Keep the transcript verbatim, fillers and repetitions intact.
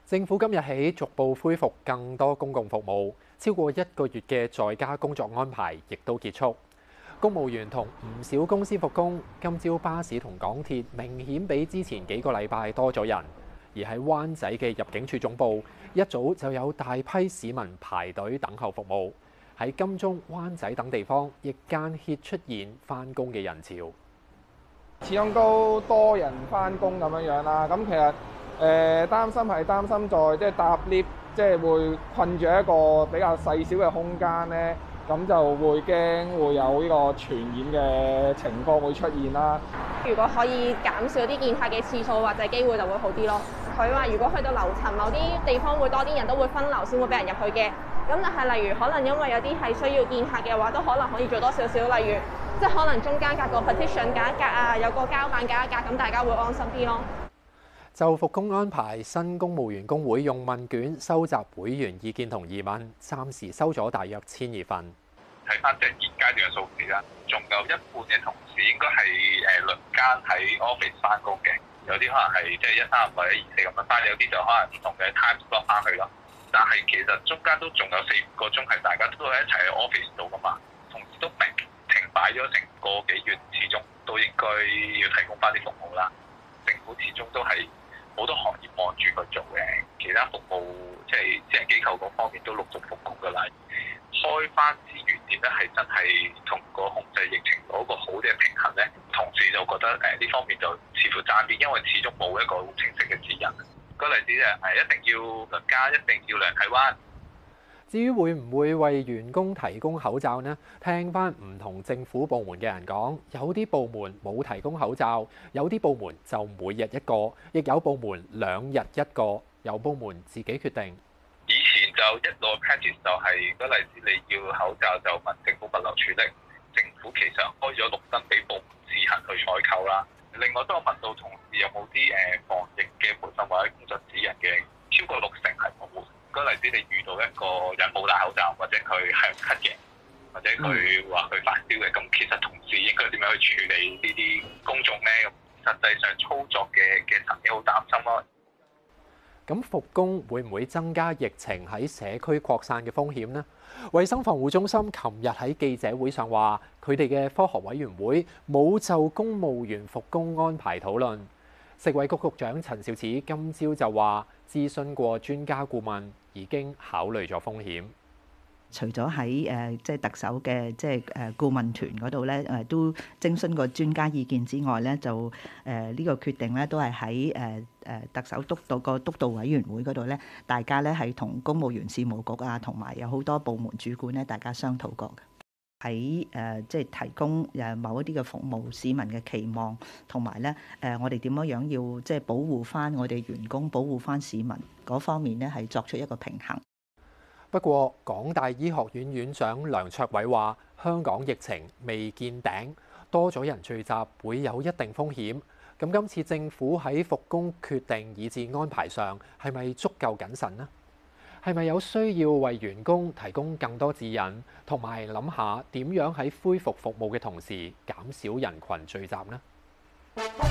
政府今日起逐步恢復更多公共服務，超過一個月嘅在家工作安排亦都結束。公務員同唔少公司復工，今朝巴士同港鐵明顯比之前幾個禮拜多咗人。而喺灣仔嘅入境處總部，一早就有大批市民排隊等候服務。喺金鐘、灣仔等地方，亦間歇出現返工嘅人潮。 始終都多人返工咁樣樣啦，咁其實誒、呃、擔心係擔心在即係搭 lift， 即係會困住一個比較細小嘅空間咧，咁就會驚會有呢個傳染嘅情況會出現啦。 如果可以減少啲見客嘅次數或者機會就會好啲咯。佢話如果去到樓層某啲地方會多啲人都會分流先會俾人入去嘅，咁但係例如可能因為有啲係需要見客嘅話，都可能可以做多少少，例如即係可能中間隔個 partition 隔一隔啊，有個膠板隔一隔，咁大家會安心啲咯。 就復工安排，新公務員工會用問卷收集會員意見同疑問，暫時收咗大約千二份。 睇翻即係現階段嘅數字啦，仲有一半嘅同事應該係誒輪間喺 office 翻工嘅，有啲可能係即係一三五或者二四咁樣翻，有啲就可能唔同嘅 time slot 翻去咯。但係其實中間都仲有四五個鐘係大家都係一齊喺 office 度噶嘛，同時都明停擺咗成個幾月，始終都應該要提供翻啲服務啦。政府始終都係好多行業望住佢做嘅，其他服務即係私人機構嗰方面都陸續復工噶啦。開翻資源點咧，係真係同個控制疫情嗰個好嘅平衡咧。同事就覺得誒呢方面就似乎爭啲，因為始終冇一個好清晰嘅指引。個例子就係一定要輪加，一定要量體溫。 至於會唔會為員工提供口罩呢？聽翻唔同政府部門嘅人講，有啲部門冇提供口罩，有啲部門就每日一個，亦有部門兩日一個，有部門自己決定。 以前就一路 practice 就係個例子，你要口罩就問政府物流處理，政府其實開咗綠燈俾部門自行去採購啦。另外都有問到同事有冇啲誒防疫嘅培訓或者工作指引嘅，超過六成係冇。個例子你遇到一個人冇戴口罩，或者佢係咳嘅，或者佢話佢發燒嘅，咁其實同事應該點樣去處理呢啲公眾咧？實際上操作嘅嘅層面好擔心咯。 咁復工會唔會增加疫情喺社區擴散嘅風險呢？衛生防護中心琴日喺記者會上話，佢哋嘅科學委員會冇就公務員復工安排討論。食衛局局長陳肇始今朝就話，諮詢過專家顧問，已經考慮咗風險。 除咗喺誒即係特首嘅即係誒顧問團嗰度咧，誒都徵詢過專家意見之外咧，就誒呢個決定咧都係喺誒誒特首督導個督導委員會嗰度咧，大家咧係同公務員事務局啊，同埋有好多部門主管咧，大家商討過嘅。喺誒即係提供誒某一啲嘅服務，市民嘅期望，同埋咧誒我哋點樣樣要即係保護翻我哋員工，保護翻市民嗰方面咧，係作出一個平衡。 不過，港大醫學院院長梁卓偉話：香港疫情未見頂，多咗人聚集會有一定風險。咁今次政府喺復工決定以至安排上，係咪足夠謹慎呢？係咪有需要為員工提供更多指引，同埋諗下點樣喺恢復服務嘅同時減少人群聚集呢？